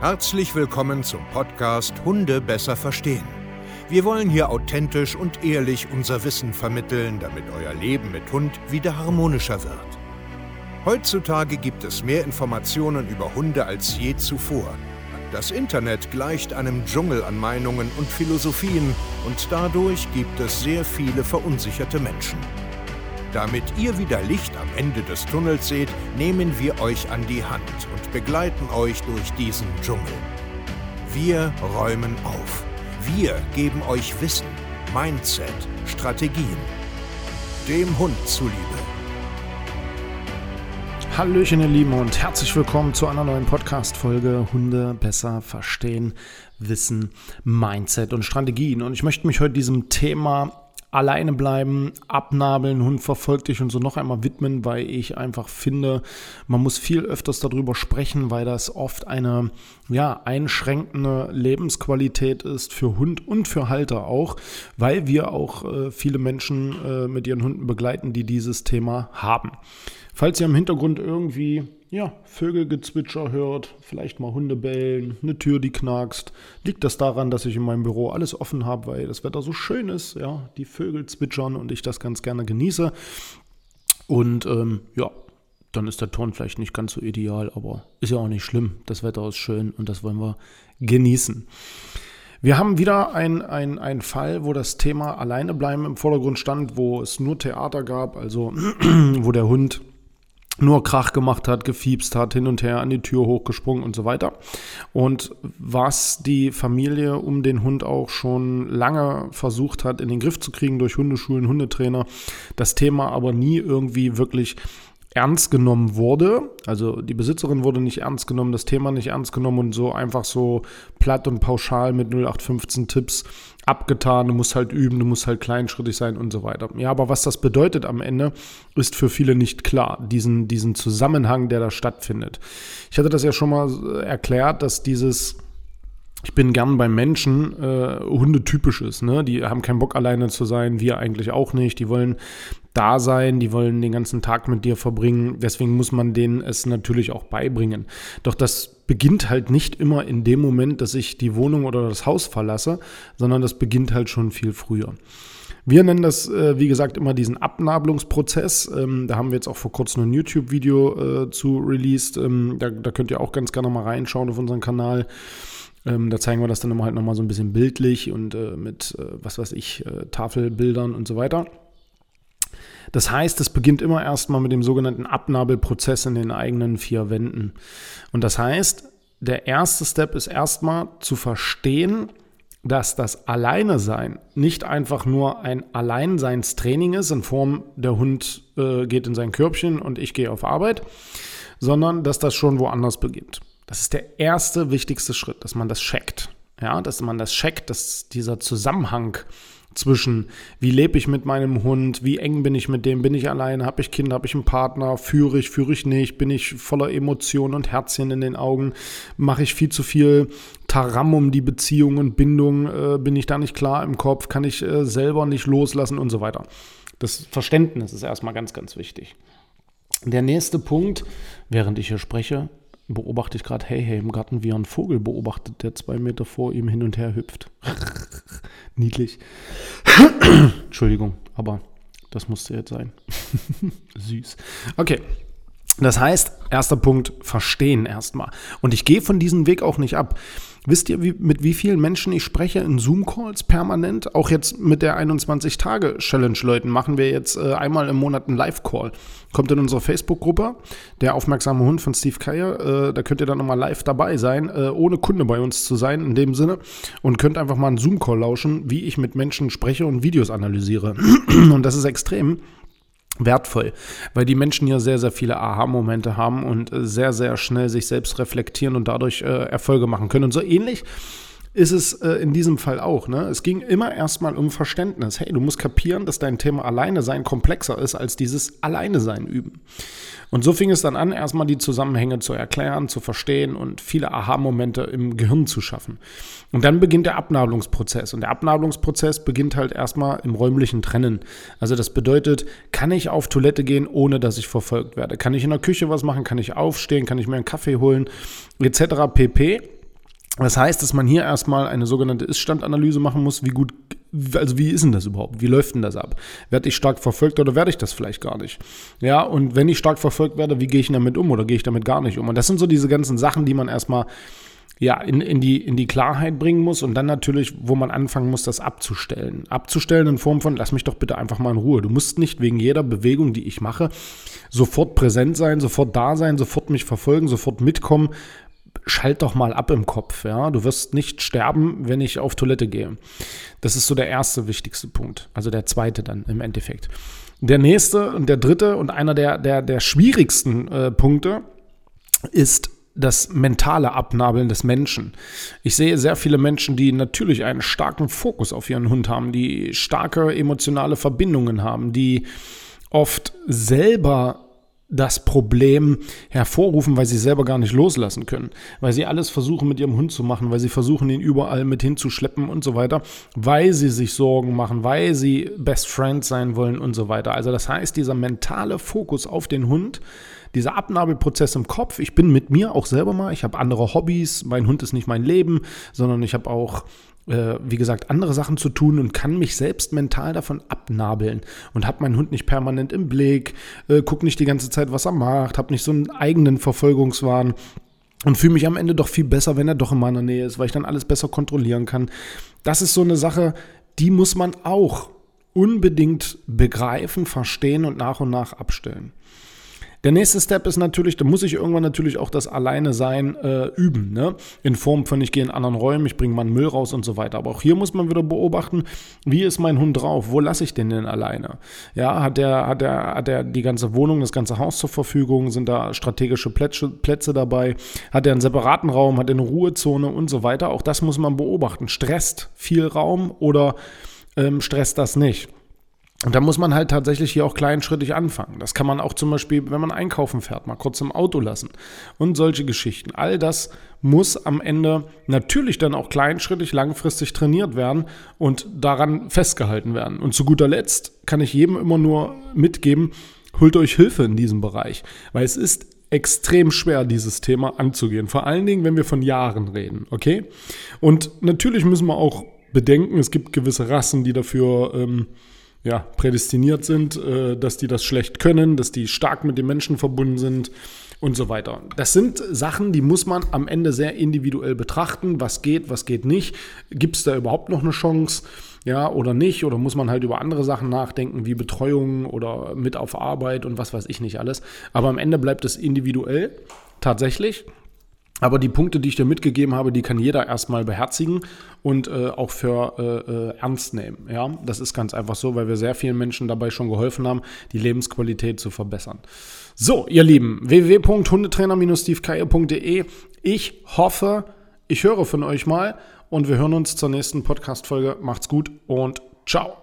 Herzlich willkommen zum Podcast Hunde besser verstehen. Wir wollen hier authentisch und ehrlich unser Wissen vermitteln, damit euer Leben mit Hund wieder harmonischer wird. Heutzutage gibt es mehr Informationen über Hunde als je zuvor. Das Internet gleicht einem Dschungel an Meinungen und Philosophien und dadurch gibt es sehr viele verunsicherte Menschen. Damit ihr wieder Licht am Ende des Tunnels seht, nehmen wir euch an die Hand und begleiten euch durch diesen Dschungel. Wir räumen auf. Wir geben euch Wissen, Mindset, Strategien. Dem Hund zuliebe. Hallöchen ihr Lieben und herzlich willkommen zu einer neuen Podcast-Folge Hunde besser verstehen, Wissen, Mindset und Strategien. Und ich möchte mich heute diesem Thema alleine bleiben, abnabeln, Hund verfolgt dich und so noch einmal widmen, weil ich einfach finde, man muss viel öfters darüber sprechen, weil das oft eine einschränkende Lebensqualität ist für Hund und für Halter auch, weil wir auch viele Menschen mit ihren Hunden begleiten, die dieses Thema haben. Falls ihr im Hintergrund irgendwie Vögelgezwitscher hört, vielleicht mal Hunde bellen, eine Tür, die knackst, liegt das daran, dass ich in meinem Büro alles offen habe, weil das Wetter so schön ist, die Vögel zwitschern und ich das ganz gerne genieße. Und dann ist der Ton vielleicht nicht ganz so ideal, aber ist ja auch nicht schlimm. Das Wetter ist schön und das wollen wir genießen. Wir haben wieder einen Fall, wo das Thema alleine bleiben im Vordergrund stand, wo es nur Theater gab, also wo der Hund nur Krach gemacht hat, gefiepst hat, hin und her an die Tür hochgesprungen und so weiter. Und was die Familie um den Hund auch schon lange versucht hat, in den Griff zu kriegen durch Hundeschulen, Hundetrainer, das Thema aber nie irgendwie wirklich ernst genommen wurde. Also die Besitzerin wurde nicht ernst genommen, das Thema nicht ernst genommen und so einfach so platt und pauschal mit 0815 Tipps abgetan. Du musst halt üben, du musst halt kleinschrittig sein und so weiter. Ja, aber was das bedeutet am Ende, ist für viele nicht klar, diesen Zusammenhang, der da stattfindet. Ich hatte das ja schon mal erklärt, dass ich bin gern beim Menschen, hundetypisch ist, ne? Die haben keinen Bock alleine zu sein, wir eigentlich auch nicht. Die wollen da sein, die wollen den ganzen Tag mit dir verbringen. Deswegen muss man denen es natürlich auch beibringen. Doch das beginnt halt nicht immer in dem Moment, dass ich die Wohnung oder das Haus verlasse, sondern das beginnt halt schon viel früher. Wir nennen das, wie gesagt, immer diesen Abnabelungsprozess. Da haben wir jetzt auch vor kurzem ein YouTube-Video zu released. Da könnt ihr auch ganz gerne mal reinschauen auf unseren Kanal. Da zeigen wir das dann halt nochmal so ein bisschen bildlich und mit, Tafelbildern und so weiter. Das heißt, es beginnt immer erstmal mit dem sogenannten Abnabelprozess in den eigenen vier Wänden. Und das heißt, der erste Step ist erstmal zu verstehen, dass das Alleinesein nicht einfach nur ein Alleinseinstraining ist, in Form, der Hund geht in sein Körbchen und ich gehe auf Arbeit, sondern dass das schon woanders beginnt. Das ist der erste wichtigste Schritt, dass man das checkt. Ja, dass man das checkt, dass dieser Zusammenhang zwischen, wie lebe ich mit meinem Hund, wie eng bin ich mit dem, bin ich alleine, habe ich Kinder, habe ich einen Partner, führe ich nicht, bin ich voller Emotionen und Herzchen in den Augen, mache ich viel zu viel Taram um die Beziehung und Bindung, bin ich da nicht klar im Kopf, kann ich selber nicht loslassen und so weiter. Das Verständnis ist erstmal ganz, ganz wichtig. Der nächste Punkt, während ich hier spreche, beobachte ich gerade hey im Garten, wie er einen Vogel beobachtet, der 2 Meter vor ihm hin und her hüpft. Niedlich. Entschuldigung, aber das musste jetzt sein. Süß. Okay. Das heißt, erster Punkt, verstehen erstmal. Und ich gehe von diesem Weg auch nicht ab. Wisst ihr, mit wie vielen Menschen ich spreche in Zoom-Calls permanent? Auch jetzt mit der 21-Tage-Challenge, Leuten, machen wir jetzt einmal im Monat einen Live-Call. Kommt in unsere Facebook-Gruppe, der aufmerksame Hund von Steve Keier. Da könnt ihr dann nochmal live dabei sein, ohne Kunde bei uns zu sein in dem Sinne. Und könnt einfach mal einen Zoom-Call lauschen, wie ich mit Menschen spreche und Videos analysiere. Und das ist extrem wertvoll, weil die Menschen ja sehr, sehr viele Aha-Momente haben und sehr, sehr schnell sich selbst reflektieren und dadurch Erfolge machen können. Und so ähnlich ist es in diesem Fall auch. Ne? Es ging immer erstmal um Verständnis. Hey, du musst kapieren, dass dein Thema Alleine-Sein komplexer ist als dieses Alleine-Sein üben. Und so fing es dann an, erstmal die Zusammenhänge zu erklären, zu verstehen und viele Aha-Momente im Gehirn zu schaffen. Und dann beginnt der Abnabelungsprozess. Und der Abnabelungsprozess beginnt halt erstmal im räumlichen Trennen. Also das bedeutet, kann ich auf Toilette gehen, ohne dass ich verfolgt werde? Kann ich in der Küche was machen? Kann ich aufstehen? Kann ich mir einen Kaffee holen? Etc. pp. Das heißt, dass man hier erstmal eine sogenannte Ist-Stand-Analyse machen muss. Wie ist denn das überhaupt? Wie läuft denn das ab? Werde ich stark verfolgt oder werde ich das vielleicht gar nicht? Ja, und wenn ich stark verfolgt werde, wie gehe ich damit um oder gehe ich damit gar nicht um? Und das sind so diese ganzen Sachen, die man erstmal in die Klarheit bringen muss und dann natürlich, wo man anfangen muss, das abzustellen. Abzustellen in Form von, lass mich doch bitte einfach mal in Ruhe. Du musst nicht wegen jeder Bewegung, die ich mache, sofort präsent sein, sofort da sein, sofort mich verfolgen, sofort mitkommen. Schalt doch mal ab im Kopf, ja. Du wirst nicht sterben, wenn ich auf Toilette gehe. Das ist so der erste wichtigste Punkt. Also der zweite dann im Endeffekt. Der nächste und der dritte und einer der schwierigsten Punkte ist das mentale Abnabeln des Menschen. Ich sehe sehr viele Menschen, die natürlich einen starken Fokus auf ihren Hund haben, die starke emotionale Verbindungen haben, die oft selber das Problem hervorrufen, weil sie selber gar nicht loslassen können, weil sie alles versuchen mit ihrem Hund zu machen, weil sie versuchen, ihn überall mit hinzuschleppen und so weiter, weil sie sich Sorgen machen, weil sie Best Friends sein wollen und so weiter. Also das heißt, dieser mentale Fokus auf den Hund, dieser Abnabelprozess im Kopf, ich bin mit mir auch selber mal, ich habe andere Hobbys, mein Hund ist nicht mein Leben, sondern ich habe auch wie gesagt, andere Sachen zu tun und kann mich selbst mental davon abnabeln und habe meinen Hund nicht permanent im Blick, gucke nicht die ganze Zeit, was er macht, habe nicht so einen eigenen Verfolgungswahn und fühle mich am Ende doch viel besser, wenn er doch in meiner Nähe ist, weil ich dann alles besser kontrollieren kann. Das ist so eine Sache, die muss man auch unbedingt begreifen, verstehen und nach abstellen. Der nächste Step ist natürlich, da muss ich irgendwann natürlich auch das Alleine-Sein üben, ne? In Form von, ich gehe in anderen Räumen, ich bringe meinen Müll raus und so weiter. Aber auch hier muss man wieder beobachten, wie ist mein Hund drauf? Wo lasse ich den denn alleine? Ja, hat er die ganze Wohnung, das ganze Haus zur Verfügung? Sind da strategische Plätze dabei? Hat er einen separaten Raum? Hat er eine Ruhezone und so weiter? Auch das muss man beobachten. Stresst viel Raum oder stresst das nicht? Und da muss man halt tatsächlich hier auch kleinschrittig anfangen. Das kann man auch zum Beispiel, wenn man einkaufen fährt, mal kurz im Auto lassen und solche Geschichten. All das muss am Ende natürlich dann auch kleinschrittig langfristig trainiert werden und daran festgehalten werden. Und zu guter Letzt kann ich jedem immer nur mitgeben, holt euch Hilfe in diesem Bereich, weil es ist extrem schwer, dieses Thema anzugehen. Vor allen Dingen, wenn wir von Jahren reden, okay? Und natürlich müssen wir auch bedenken, es gibt gewisse Rassen, die dafür prädestiniert sind, dass die das schlecht können, dass die stark mit den Menschen verbunden sind und so weiter. Das sind Sachen, die muss man am Ende sehr individuell betrachten. Was geht nicht? Gibt es da überhaupt noch eine Chance? Ja, oder nicht? Oder muss man halt über andere Sachen nachdenken, wie Betreuung oder mit auf Arbeit und was weiß ich nicht alles. Aber am Ende bleibt es individuell, tatsächlich. Aber die Punkte, die ich dir mitgegeben habe, die kann jeder erstmal beherzigen und auch für ernst nehmen. Ja, das ist ganz einfach so, weil wir sehr vielen Menschen dabei schon geholfen haben, die Lebensqualität zu verbessern. So, ihr Lieben, www.hundetrainer-stevekeier.de. Ich hoffe, ich höre von euch mal und wir hören uns zur nächsten Podcast-Folge. Macht's gut und ciao.